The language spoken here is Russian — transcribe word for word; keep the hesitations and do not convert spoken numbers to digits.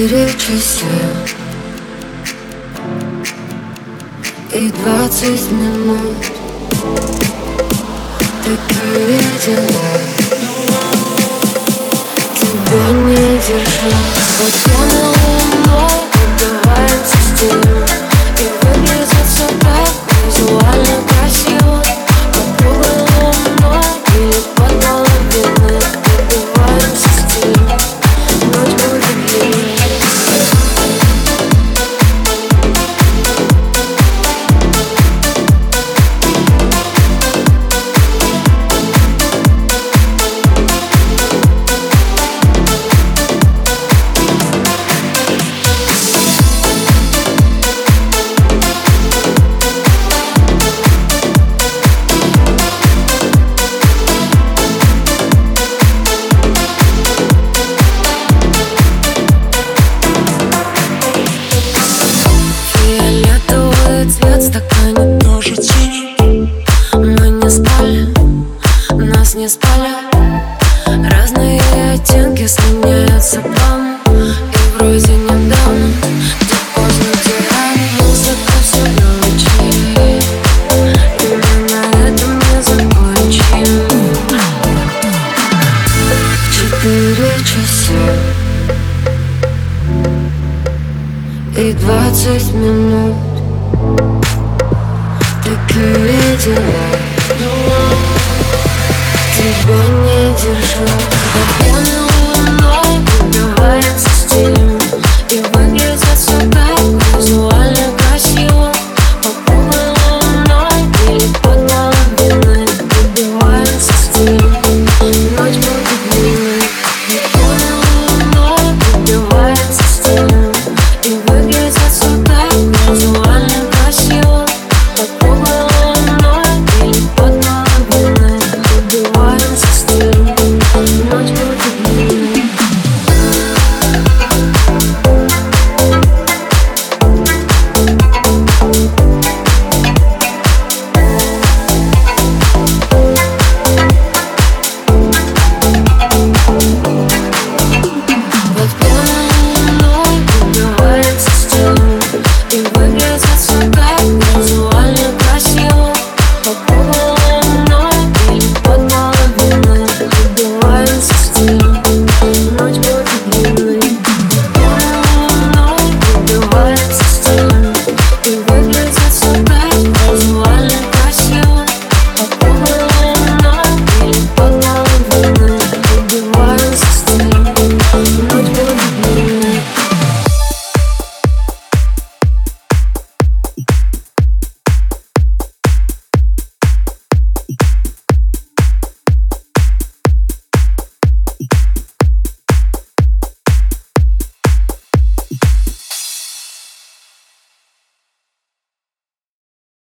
Четыре часа и двадцать минут. Такие дела, тебя не держать. Вот я на луну, отдуваемся с тем, и выглядит все так визуально красиво. Под круглой луной или под половиной отдуваемся с тем, ночь будет длинной. Цвет в стакане тоже синий. Мы не спали, нас не спали. Разные оттенки сменяются плавно, и вроде недавно. Так поздно теряем музыку все громче, и мы на этом не закончим. Четыре часа и двадцать минут. Такие дела, тебя не держать.